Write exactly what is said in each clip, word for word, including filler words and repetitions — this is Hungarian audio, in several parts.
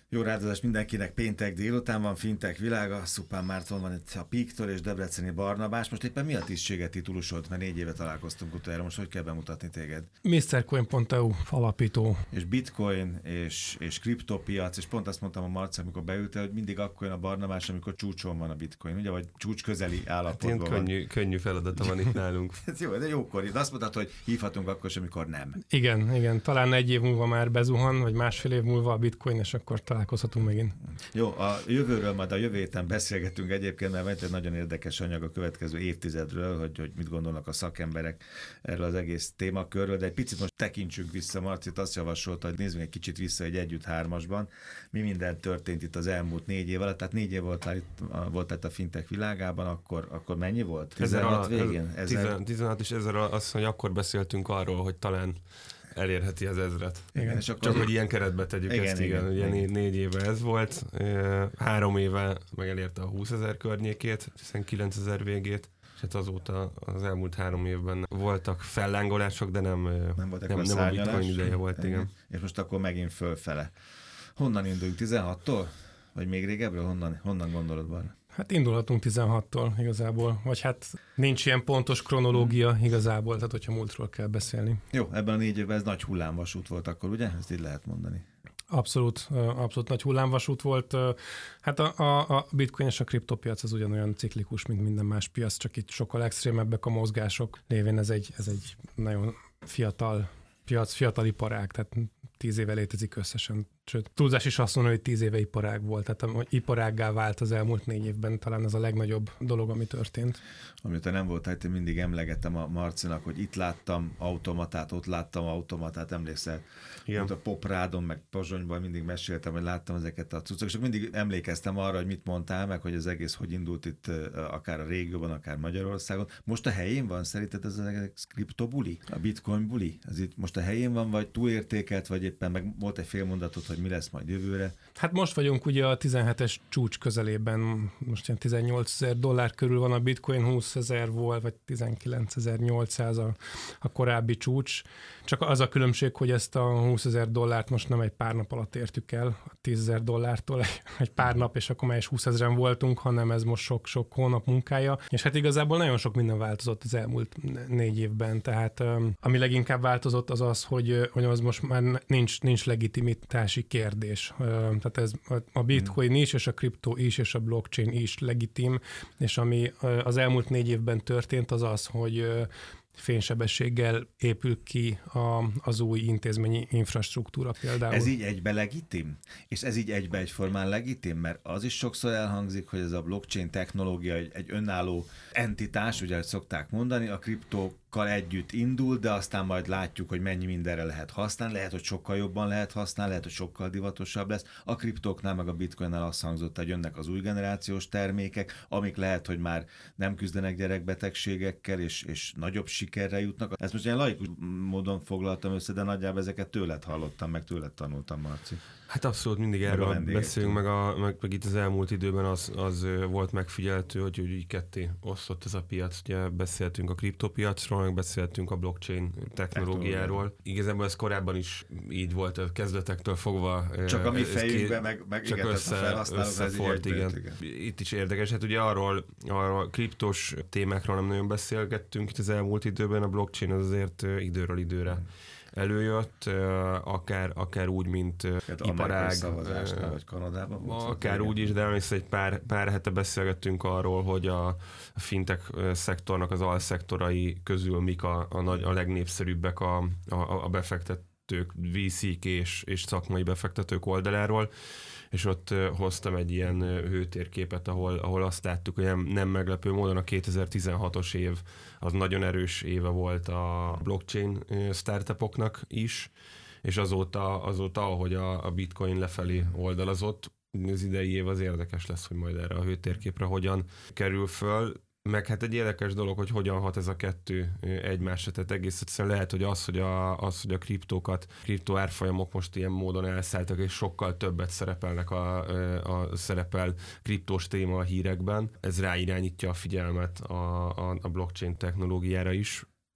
Jó rádiózás mindenkinek, péntek délután van, Fintech világa, Szupán Márton van itt a Píktől és Debreceni Barnabás. Most éppen mi a tisztséget titulusod? Mert négy éve találkoztunk utoljára, most hogy kell bemutatni téged? miszter Coin pont e u alapító. És bitcoin, és, és kriptopiac, és pont azt mondtam a Marci, amikor beültél, hogy mindig akkor jön a Barnabás, amikor csúcson van a bitcoin, ugye, vagy csúcs közeli állapotban hát van. Könnyű, könnyű feladata van itt nálunk. Ez jó, de jókor. De azt mondtad, hogy hívhatunk akkor is, amikor nem. Igen, igen. Talán egy év múlva már bezuhan, vagy másfél év múlva a bitcoin, és akkor találkozhatunk megint. Jó, a jövőről majd a jövő héten beszélgetünk egyébként, mert van egy nagyon érdekes anyag a következő évtizedről, hogy, hogy mit gondolnak a szakemberek erről az egész témakörről, de egy picit most tekintsünk vissza. Marcit azt javasolta, hogy nézzünk egy kicsit vissza egy együtt hármasban. Mi minden történt itt az elmúlt négy év alatt? Tehát négy év voltál itt, voltál itt a fintech világában, akkor, akkor mennyi volt? tizenhat végén? tizenhat és ezer az, hogy akkor beszéltünk arról, hogy talán elérheti az ezret. Igen, és akkor Csak hogy ilyen keretbe tegyük igen, ezt, igen. igen, Ugye igen. négy éve ez volt, három éve meg elérte a húszezer környékét, tizenkilencezer végét, és hát azóta az elmúlt három évben voltak fellángolások, de nem, nem, voltak nem, nem a bitcoin ideje volt, igen. igen. És most akkor megint fölfele. Honnan induljunk? tizenhattól? Vagy még régebbről? Honnan, honnan gondolod, Barna? Hát indulhatunk tizenhattól igazából, vagy hát nincs ilyen pontos kronológia igazából, tehát hogyha múltról kell beszélni. Jó, ebben a négy évben ez nagy hullámvasút volt akkor, ugye? Ezt így lehet mondani. Abszolút, abszolút nagy hullámvasút volt. Hát a, a, a bitcoin és a kriptopiac az ugyanolyan ciklikus, mint minden más piac, csak itt sokkal extrémebbek a mozgások. Lévén ez egy, ez egy nagyon fiatal piac, fiatal iparág, tehát tíz éve létezik összesen. Sőt, túlzás is azt mondani, hogy tíz éve iparág volt, tehát iparággá vált az elmúlt négy évben, talán ez a legnagyobb dolog, ami történt. Amit nem volt, hát én mindig emlegettem a Marcinak, hogy itt láttam automatát, ott láttam automatát, emlékszel? Igen. A Poprádon, meg Pozsonyban mindig meséltem, hogy láttam ezeket a cuccok, és mindig emlékeztem arra, hogy mit mondtál meg, hogy az egész hogy indult itt akár a régióban, akár Magyarországon. Most a helyén van szerinted ez a kriptobuli? A bitcoin buli? Ez itt most a helyén van, vagy túlértékelt, vagy éppen meg volt egy fél mondatot, hogy mi lesz majd jövőre? Hát most vagyunk ugye a tizenhetes csúcs közelében, most ilyen tizennyolcezer dollár körül van a bitcoin, húszezer volt, vagy tizenkilencezer-nyolcszáz a, a korábbi csúcs. Csak az a különbség, hogy ezt a húszezer dollárt most nem egy pár nap alatt értük el, tízezer dollártól egy, egy pár nap, és akkor már is húszezeren voltunk, hanem ez most sok-sok hónap munkája. És hát igazából nagyon sok minden változott az elmúlt négy évben, tehát ami leginkább változott az az, hogy, hogy az most már nincs, nincs legitimitási kérdés. Tehát ez a bitcoin is, és a kriptó is, és a blockchain is legitim, és ami az elmúlt négy évben történt, az az, hogy fénysebességgel épül ki a, az új intézményi infrastruktúra például. Ez így egybe legitim? És ez így egybe egyformán legitim? Mert az is sokszor elhangzik, hogy ez a blockchain technológia egy, egy önálló entitás, ugye szokták mondani, a kriptókkal együtt indul, de aztán majd látjuk, hogy mennyi mindenre lehet használni, lehet, hogy sokkal jobban lehet használni, lehet, hogy sokkal divatosabb lesz. A kriptóknál meg a bitcoinnál azt hangzott, hogy jönnek az új generációs termékek, amik lehet, hogy már nem küzdenek gyerekbetegségekkel, és, és nagyobb sikerre jutnak. Ezt most ilyen laikus módon foglaltam össze, de nagyjából ezeket tőled hallottam, meg tőled tanultam, Marci. Hát abszolút mindig erről beszélünk, meg, a, meg, meg itt az elmúlt időben az, az volt megfigyelhető, hogy, hogy így ketté osztott ez a piac. Ugye beszéltünk a kriptopiacról, meg beszéltünk a blockchain technológiáról. Igazából ez korábban is így volt a kezdetektől fogva. Csak a mi fejünkben, meg, meg csak igen, össze, a felhasználók, összefort, igen. igen. Itt is érdekes, hát ugye arról, arról kriptos témákról nem nagyon beszélgettünk itt az elmúlt időben, a blockchain az azért időről időre előjött, akár, akár úgy, mint hát iparág. Vagy Kanadában volt. Akár úgy is, de emlékszem, egy pár, pár hete beszélgettünk arról, hogy a fintech szektornak az alszektorai közül mik a, a, nagy, a legnépszerűbbek a, a, a befektetők, vé cé-k és, és szakmai befektetők oldaláról, és ott hoztam egy ilyen hőtérképet, ahol, ahol azt láttuk, hogy nem, nem meglepő módon a kétezer-tizenhatos év az nagyon erős éve volt a blockchain startupoknak is, és azóta, azóta ahogy a, a bitcoin lefelé oldalazott, az idei év az érdekes lesz, hogy majd erre a hőtérképre hogyan kerül föl. Meg hát egy érdekes dolog, hogy hogyan hat ez a kettő egymásra, tehát egész egyszerűen lehet, hogy az, hogy a, az, hogy a kriptókat, kriptó árfolyamok most ilyen módon elszálltak, és sokkal többet szerepelnek a, a szerepel kriptós téma a hírekben, ez ráirányítja a figyelmet a, a, a blockchain technológiára is.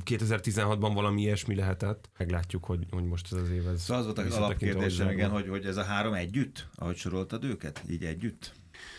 kétezer-tizenhatban valami ilyesmi lehetett. Meglátjuk, hogy, hogy most ez az év. Ez szóval az volt az alapkérdésem, igen, hogy, hogy ez a három együtt, ahogy soroltad őket, így együtt?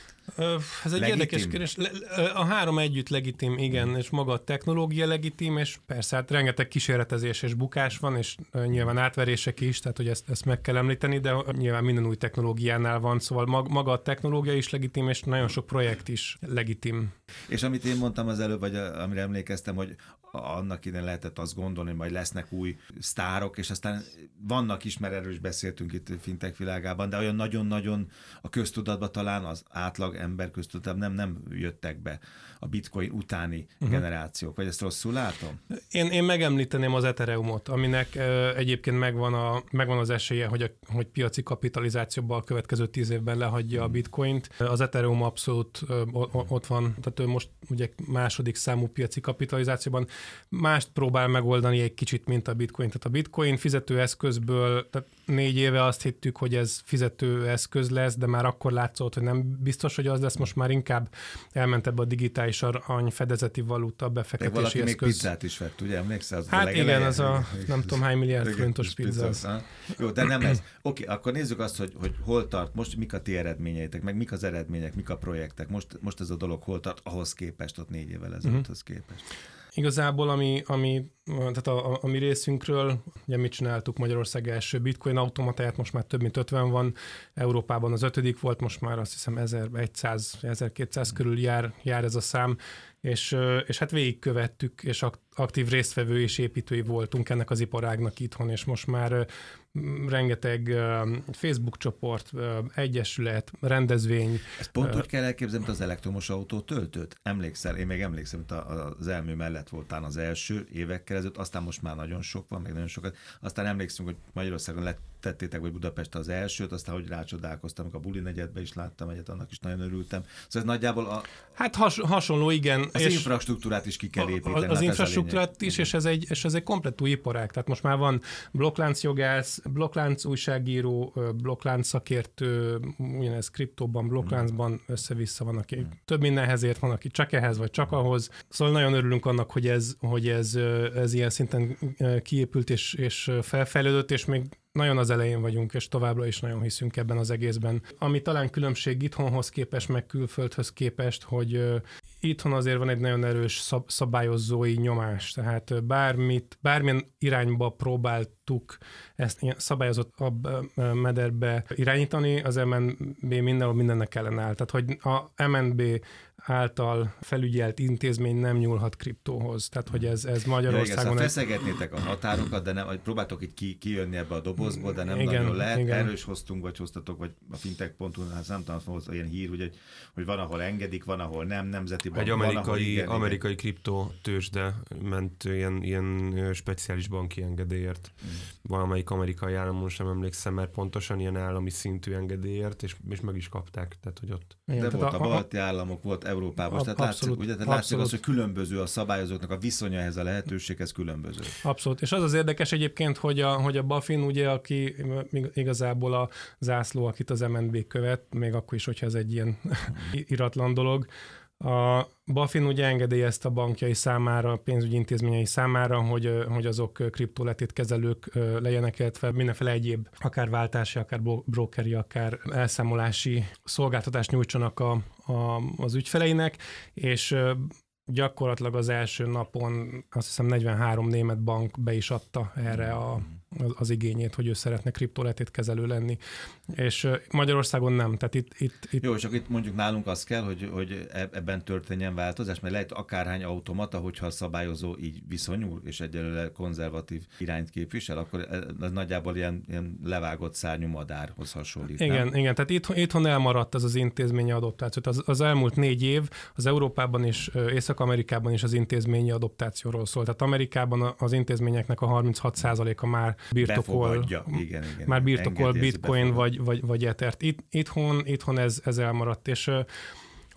Ez egy legitim. Érdekes kérdés. A három együtt legitim, igen, és maga a technológia legitim, és persze hát rengeteg kísérletezés és bukás van, és nyilván átverések is, tehát hogy ezt, ezt meg kell említeni, de nyilván minden új technológiánál van, szóval maga a technológia is legitim, és nagyon sok projekt is legitim. És amit én mondtam az előbb, vagy amire emlékeztem, hogy annak idején lehetett azt gondolni, hogy majd lesznek új sztárok, és aztán vannak is, mert erről is beszéltünk itt fintech világában, de olyan nagyon-nagyon a köztudatba talán az átlag ember köztudatban nem, nem jöttek be a bitcoin utáni uh-huh. generációk, vagy ezt rosszul látom? Én, én megemlíteném az Ethereumot, aminek uh, egyébként megvan, a, megvan az esélye, hogy, a, hogy piaci kapitalizációban a következő tíz évben lehagyja a bitcoint. Az Ethereum abszolút uh, ott van, tehát ő most ugye második számú piaci kapitalizációban. Mást próbál megoldani egy kicsit, mint a bitcoin. Tehát a bitcoin fizetőeszközből, tehát négy éve azt hittük, hogy ez fizetőeszköz lesz, de már akkor látszott, hogy nem biztos, hogy az lesz, most már inkább elment ebbe a digitális arany fedezeti valuta befektetési valaki eszköz. Valaki még pizzát is vett, ugye? Emlékszel? Hát a igen, az a nem tudom hány milliárd forintos pizza. Jó, de nem ez. Oké, okay, akkor nézzük azt, hogy, hogy hol tart, most mik a ti eredményeitek, meg mik az eredmények, mik a projektek. Most, most ez a dolog hol tart ahhoz képest, ott négy évvel ezelőtthöz uh-huh. képest. Igazából, ami, ami, tehát a, a, a mi részünkről, ugye mit csináltuk, Magyarország első bitcoin automatáját, most már több mint ötven van, Európában az ötödik volt, most már azt hiszem ezerszáz, ezerkétszáz körül jár, jár ez a szám, és, és hát végigkövettük, és aktív résztvevő és építői voltunk ennek az iparágnak itthon, és most már rengeteg Facebook csoport, egyesület, rendezvény. Ezt pont úgy kell elképzelni, mint az elektromos autó töltőt. Emlékszel, én még emlékszem, hogy az elmű mellett voltál az első évekkel ezelőtt, aztán most már nagyon sok van, meg nagyon sokat. Aztán emlékszünk, hogy Magyarországon lettettétek, vagy Budapest az elsőt, aztán hogy rácsodálkoztam, amikor a Buli negyedben is láttam egyet, annak is nagyon örültem. Szóval ez nagyjából a... Hát has, hasonló, igen. Az és infrastruktúrát is ki kell építeni. Az, az infrastruktúrát is, és ez egy, és ez egy komplett új iparág. Tehát most már van blokklánc jogász, blokklánc újságíró, blokklánc szakértő, ugyanez kriptóban, blokkláncban össze-vissza van, aki több mindenhez ért, van, aki csak ehhez, vagy csak ahhoz. Szóval nagyon örülünk annak, hogy ez, hogy ez, ez ilyen szinten kiépült és, és felfejlődött, és még nagyon az elején vagyunk, és továbbra is nagyon hiszünk ebben az egészben. Ami talán különbség itthonhoz képest, meg külföldhöz képest, hogy uh, itthon azért van egy nagyon erős szab- szabályozói nyomás, tehát bármit, bármilyen irányba próbáltuk ezt ilyen szabályozottabb uh, mederbe irányítani, az em en bé mindenhol mindennek ellenáll. Tehát, hogy a em en bé által felügyelt intézmény nem nyúlhat kriptóhoz. Tehát, hogy ez, ez Magyarországon... Ja, igen, feszegetnétek a határokat, de nem, vagy próbáltok itt ki, kijönni ebbe a dobozból, de nem igen, nagyon lehet. Igen. Erről is hoztunk, vagy hoztatok, vagy a fintech pont hu, hát nem tudom, volt ilyen hír, hogy, hogy van, ahol engedik, van, ahol nem, nemzeti bank, egy amerikai, van, ahol igen, amerikai kriptotőzsde ment ilyen, ilyen speciális banki engedélyért. Hmm. Valamelyik amerikai államon sem emlékszem, mert pontosan ilyen állami szintű engedélyért, és, és meg is kapták. Tehát, hogy ott... Igen, de volt a, a balti államok, volt Európában, tehát látszik, ugye, tehát látszik az, hogy különböző a szabályozóknak a viszonya ehhez a lehetőséghez különböző. Abszolút, és az az érdekes egyébként, hogy a, hogy a Bafin, ugye, aki igazából a zászló, akit az em en bé követ, még akkor is, hogyha ez egy ilyen iratlan dolog, a Bafin ugye engedélyezte a bankjai számára, a pénzügyi intézményei számára, hogy, hogy azok kriptoletétkezelők legyenek, illetve mindenféle egyéb, akár váltási, akár brokeri, akár elszámolási szolgáltatást nyújtsanak a, a, az ügyfeleinek, és gyakorlatilag az első napon azt hiszem negyvenhárom német bank be is adta erre a, az, az igényét, hogy ő szeretne kriptoletétkezelő lenni. És Magyarországon nem. Tehát itt, itt, itt... Jó, csak itt mondjuk nálunk az kell, hogy, hogy ebben történjen változás, mert lehet akárhány automata, hogyha a szabályozó így viszonyul, és egyelőre konzervatív irányt képvisel, akkor ez nagyjából ilyen, ilyen levágott szárnyú madárhoz hasonlít. Igen, nem? igen, tehát itthon, itthon elmaradt ez az intézményi adoptáció. Az, az elmúlt négy év az Európában és Észak-Amerikában is az intézményi adoptációról szól. Tehát Amerikában az intézményeknek a harminchat százaléka már birtokol, igen, igen, már birtokol bitcoin vagy, vagy, vagy ethert. It, itthon, itthon ez, ez elmaradt, és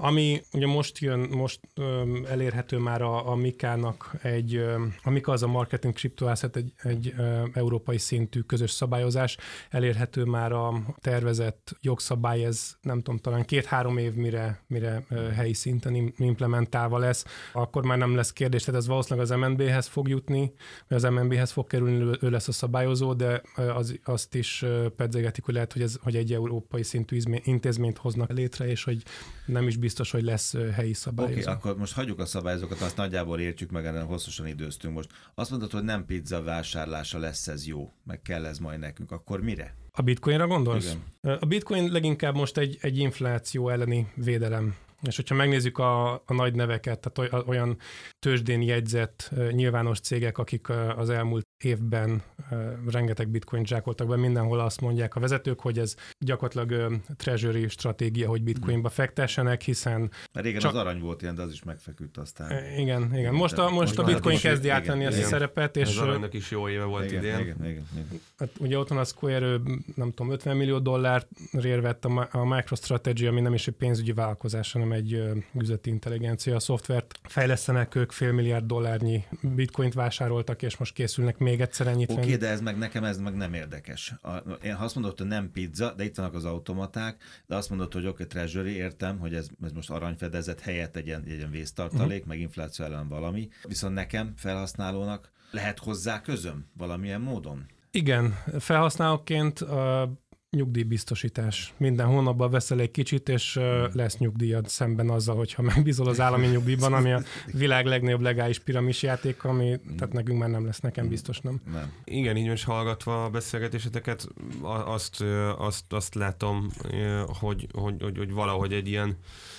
Ami ugye most jön, most öm, elérhető már a, a Mikának egy, öm, a Mika az a marketing kriptoászat egy, egy öm, európai szintű közös szabályozás, elérhető már a tervezett jogszabály, ez nem tudom, talán két-három év mire, mire ö, helyi szinten implementálva lesz, akkor már nem lesz kérdés, tehát ez valószínűleg az em en bé-hez fog jutni, vagy az em en bé-hez fog kerülni, ő lesz a szabályozó, de az, azt is pedzegetik, hogy lehet, hogy, ez, hogy egy európai szintű intézményt hoznak létre, és hogy nem is biztos, hogy lesz helyi szabályozó. Oké, okay, akkor most hagyjuk a szabályozókat, azt nagyjából értjük meg, ennek hosszasan időztünk most. Azt mondod, hogy nem pizza vásárlása lesz ez jó, meg kell ez majd nekünk. Akkor mire? A bitcoinra gondolsz? Igen. A bitcoin leginkább most egy, egy infláció elleni védelem. És hogyha megnézzük a, a nagy neveket, tehát olyan tőzsdén jegyzett nyilvános cégek, akik az elmúlt évben rengeteg bitcoint zsákoltak be, mindenhol azt mondják a vezetők, hogy ez gyakorlatilag treasury stratégia, hogy bitcoinba fektessenek, hiszen... Mert régen csak... az arany volt ilyen, de az is megfeküdt aztán. Igen, igen. Most a, most a bitcoin kezdi átvenni ezt a szerepet. És az aranynak is jó éve volt igen, idén. Igen, igen, igen. Hát ugye ott van a Square, nem tudom, ötven millió dollárért vett a, a MicroStrategy, ami nem is egy pénzügyi vállalkozás, hanem egy üzleti intelligencia szoftvert. Fejlesztenek ők fél milliárd dollárnyi bitcoint vásároltak, és most készülnek még egyszer ennyit. Oké, okay, de ez meg nekem ez meg nem érdekes. A, én azt mondod, hogy nem pizza, de itt vannak az automaták, de azt mondod, hogy oké, okay, treasury, értem, hogy ez, ez most aranyfedezet helyett egy ilyen, egy ilyen vésztartalék, uh-huh. meg infláció ellen valami. Viszont nekem, felhasználónak lehet hozzá közöm valamilyen módon? Igen, felhasználóként a nyugdíjbiztosítás. Minden hónapban veszel egy kicsit, és hmm. lesz nyugdíjad szemben azzal, hogyha megbízol az állami nyugdíjban, ami a világ legnagyobb legális piramis játék, ami, hmm. tehát nekünk már nem lesz, nekem biztos nem. nem. Igen, így most hallgatva a beszélgetéseteket, azt, azt, azt látom, hogy, hogy, hogy, hogy valahogy egy ilyen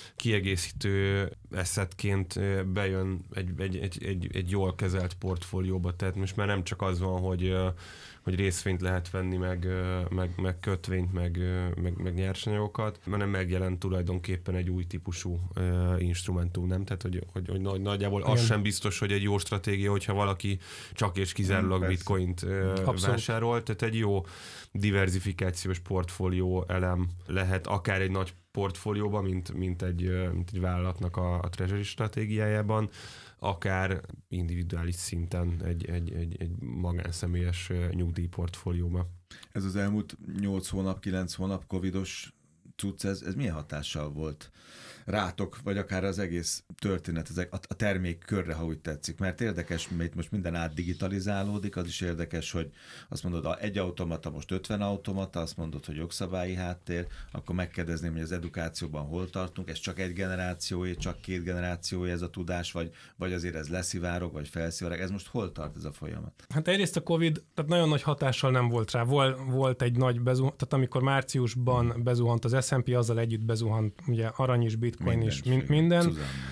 kiegészítő eszetként bejön egy, egy, egy, egy, egy jól kezelt portfólióba. Tehát most már nem csak az van, hogy, hogy részvényt lehet venni, meg, meg, meg kötvényt, meg, meg, meg nyersanyagokat, hanem megjelent tulajdonképpen egy új típusú instrumentum, nem? Tehát, hogy, hogy, hogy nagyjából az igen. sem biztos, hogy egy jó stratégia, hogyha valaki csak és kizárólag hmm, bitcoint Abszolút. vásárol. Tehát egy jó diversifikációs portfólió elem lehet akár egy nagy portfólióban, mint, mint, egy, mint egy vállalatnak a, a treasury stratégiájában, akár individuális szinten egy, egy, egy, egy magánszemélyes nyugdíjportfólióban. Ez az elmúlt nyolc hónap, kilenc hónap covidos cucc, ez, ez milyen hatással volt rátok, vagy akár az egész történet, a termék körre, ha úgy tetszik? Mert érdekes, mert most minden átdigitalizálódik, az is érdekes, hogy azt mondod, egy automata, most ötven automata, azt mondod, hogy jogszabályi háttér, akkor megkérdezném, hogy az edukációban hol tartunk, ez csak egy generációé, csak két generációé ez a tudás, vagy, vagy azért ez leszivárog, vagy felszivárog, ez most hol tart ez a folyamat? Hát egyrészt a Covid, tehát nagyon nagy hatással nem volt rá. Vol, volt egy nagy bezuhant, tehát amikor márciusban bezuhant az es and pé, azzal együtt bezuhant ugye arany is, bitcoin minden is, min, minden.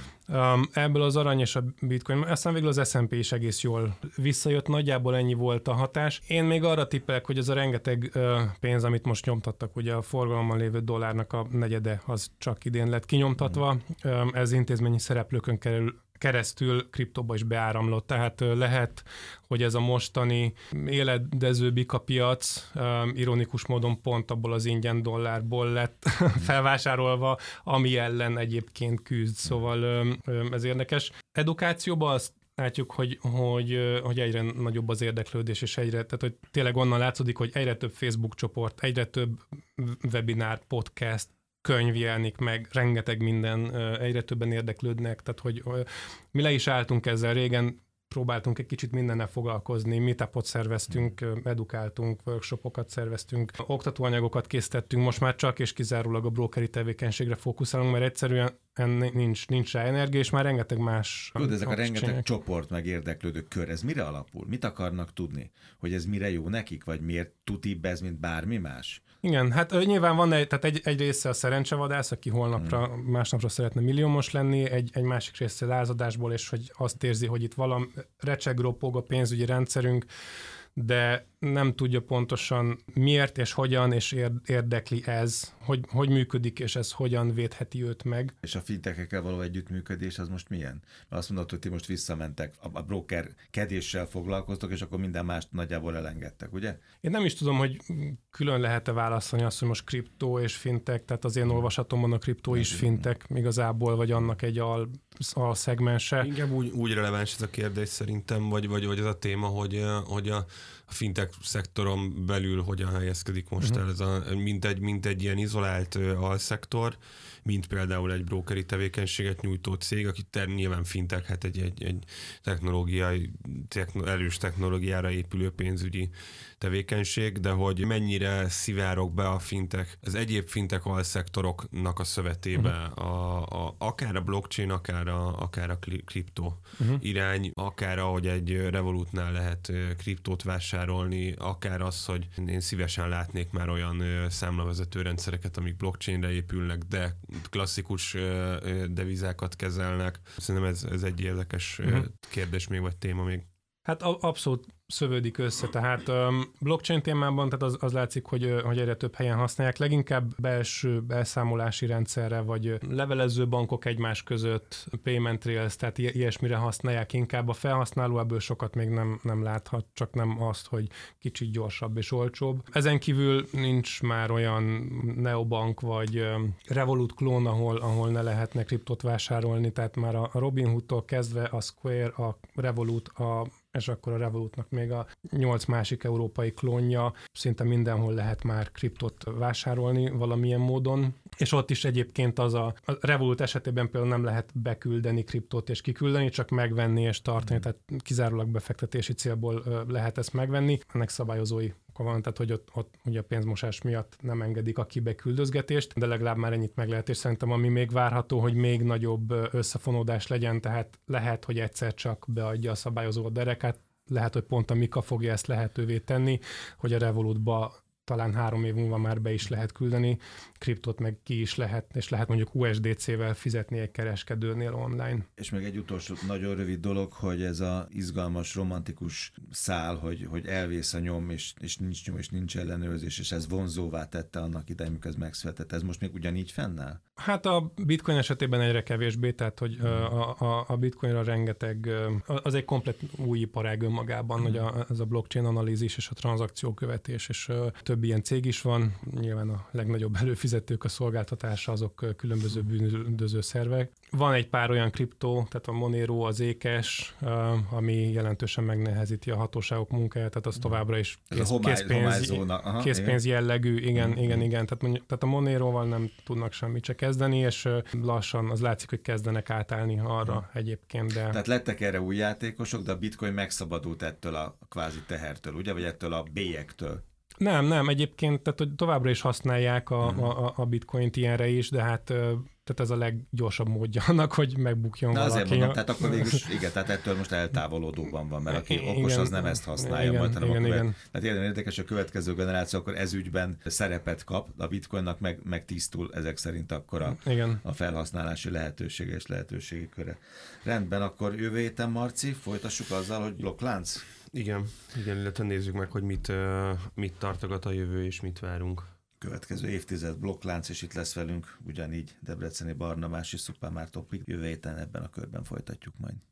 Um, ebből az arany és a bitcoin, aztán végül az es and pé is egész jól visszajött, nagyjából ennyi volt a hatás. Én még arra tippelek, hogy ez a rengeteg uh, pénz, amit most nyomtattak, ugye a forgalomban lévő dollárnak a negyede, az csak idén lett kinyomtatva, mm. um, ez intézményi szereplőkön kerül keresztül kriptóba is beáramlott, tehát lehet, hogy ez a mostani éledező bika piac um, ironikus módon pont abból az ingyen dollárból lett felvásárolva, ami ellen egyébként küzd, szóval um, ez érdekes. Edukációban azt látjuk, hogy, hogy, hogy egyre nagyobb az érdeklődés, és egyre, tehát hogy tényleg onnan látszódik, hogy egyre több Facebook csoport, egyre több webinár, podcast, könyv jelenik meg, rengeteg minden, egyre többen érdeklődnek, tehát hogy mi le is álltunk ezzel régen, próbáltunk egy kicsit mindennel foglalkozni, meetupot szerveztünk, edukáltunk, workshopokat szerveztünk, oktatóanyagokat készítettünk, most már csak és kizárólag a brokeri tevékenységre fókuszálunk, mert egyszerűen nincs, nincs rá energia, és már rengeteg más... Tud, ezek a rengeteg csinálják. Csoport meg érdeklődő kör, ez mire alapul? Mit akarnak tudni? Hogy ez mire jó nekik, vagy miért tutibb ez, mint bármi más? Igen, hát nyilván van egy, tehát egy, egy része a szerencsevadász, aki holnapra, hmm. másnapra szeretne milliómos lenni, egy, egy másik része lázadásból, és hogy azt érzi, hogy itt valami recseg, ropog a pénzügyi rendszerünk, de nem tudja pontosan miért és hogyan és érdekli ez, hogy, hogy működik, és ez hogyan védheti őt meg. És a fintekekkel való együttműködés az most milyen? Mert azt mondod, hogy ti most visszamentek, a, a brokerkedéssel foglalkoztok, és akkor minden mást nagyjából elengedtek, ugye? Én nem is tudom, hogy külön lehet-e választani azt, hogy most kriptó és fintek, tehát az én olvasatomban a kriptó is fintek igazából, vagy annak egy al, al szegmense. Inkább úgy, úgy releváns ez a kérdés szerintem, vagy, vagy, vagy ez a téma, hogy, hogy a, a fintech szektoron belül hogyan helyezkedik most uh-huh. el ez a, mint egy, mint egy ilyen izolált uh, alszektor, mint például egy brokeri tevékenységet nyújtó cég, aki ter- nyilván fintech, hát egy, egy, egy technológiai, techno- erős technológiára épülő pénzügyi tevékenység, de hogy mennyire szivárog be a fintech, az egyéb fintech alszektoroknak a szövetébe, uh-huh. a, a, akár a blockchain, akár a, akár a kriptó uh-huh. irány, akár ahogy egy Revolutnál lehet kriptót vásárolni, akár az, hogy én szívesen látnék már olyan számlavezető rendszereket, amik blockchainre épülnek, de klasszikus devizákat kezelnek. Szerintem ez, ez egy érdekes uh-huh. kérdés még, vagy téma még. Hát abszolút szövődik össze, tehát um, blockchain témában tehát az, az látszik, hogy, hogy egyre több helyen használják, leginkább belső elszámolási rendszerre, vagy levelező bankok egymás között, payment rails, tehát i- ilyesmire használják inkább. A felhasználó ebből sokat még nem, nem láthat, csak nem azt, hogy kicsit gyorsabb és olcsóbb. Ezen kívül nincs már olyan neobank, vagy um, Revolut klón, ahol, ahol ne lehetne kriptot vásárolni, tehát már a Robinhoodtól kezdve a Square, a Revolut, a és akkor a Revolutnak még a nyolc másik európai klónja, szinte mindenhol lehet már kriptot vásárolni valamilyen módon, és ott is egyébként az a, a Revolut esetében például nem lehet beküldeni kriptót és kiküldeni, csak megvenni és tartani, tehát kizárólag befektetési célból lehet ezt megvenni. Ennek szabályozói van, tehát hogy ott, ott ugye a pénzmosás miatt nem engedik a kibeküldözgetést, de legalább már ennyit meg lehet, és szerintem ami még várható, hogy még nagyobb összefonódás legyen, tehát lehet, hogy egyszer csak beadja a szabályozó a derekát, lehet, hogy pont a Mika fogja ezt lehetővé tenni, hogy a Revolutba talán három év múlva már be is lehet küldeni, kriptot meg ki is lehet, és lehet mondjuk u es dé cével fizetni egy kereskedőnél online. És még egy utolsó nagyon rövid dolog, hogy ez a izgalmas, romantikus szál, hogy, hogy elvész a nyom, és, és nincs nyom, és nincs ellenőrzés, és ez vonzóvá tette annak idején, mikor ez megszületett. Ez most még ugyanígy fennáll? Hát a bitcoin esetében egyre kevésbé, tehát hogy hmm. a, a, a bitcoinra rengeteg, az egy komplet új iparág önmagában, hmm. hogy a, ez a blockchain analízis és a tranzakciókövetés, és több ilyen cég is van, nyilván a legnagyobb előfizetők a szolgáltatása, azok különböző bűnöző szervek. Van egy pár olyan kriptó, tehát a Monero, az Ékes, ami jelentősen megnehezíti a hatóságok munkáját, tehát az továbbra is kész, homály, készpénz, Aha, készpénz jellegű, igen, mm-hmm. igen, igen, tehát, mondjuk, tehát a Moneroval nem tudnak semmit se kezdeni, és lassan az látszik, hogy kezdenek átállni arra mm. egyébként. De... Tehát lettek erre új játékosok, de a bitcoin megszabadult ettől a kvázi tehertől, ugye, vagy ettől a bélyektől? Nem, nem, egyébként tehát, hogy továbbra is használják a, hmm. a, a bitcoint ilyenre is, de hát tehát ez a leggyorsabb módja annak, hogy megbukjon Na valaki. azért mondom, tehát akkor végülis, igen, tehát ettől most eltávolodóban van, mert aki igen, okos, az nem ezt használja igen, majd, hanem igen, a követ... igen. Tehát ilyen érdekes, a következő generáció akkor ezügyben szerepet kap, a bitcoinnak meg, meg tisztul ezek szerint akkor a, a felhasználási lehetősége és lehetőségi köre. Rendben, akkor jövő héten, Marci, folytassuk azzal, hogy blokklánc? Igen, igen, illetve nézzük meg, hogy mit, uh, mit tartogat a jövő, és mit várunk. Következő évtized blokklánc, és itt lesz velünk ugyanígy Debreceni Barnabás és Szupán Márton. Jövő héten ebben a körben folytatjuk majd.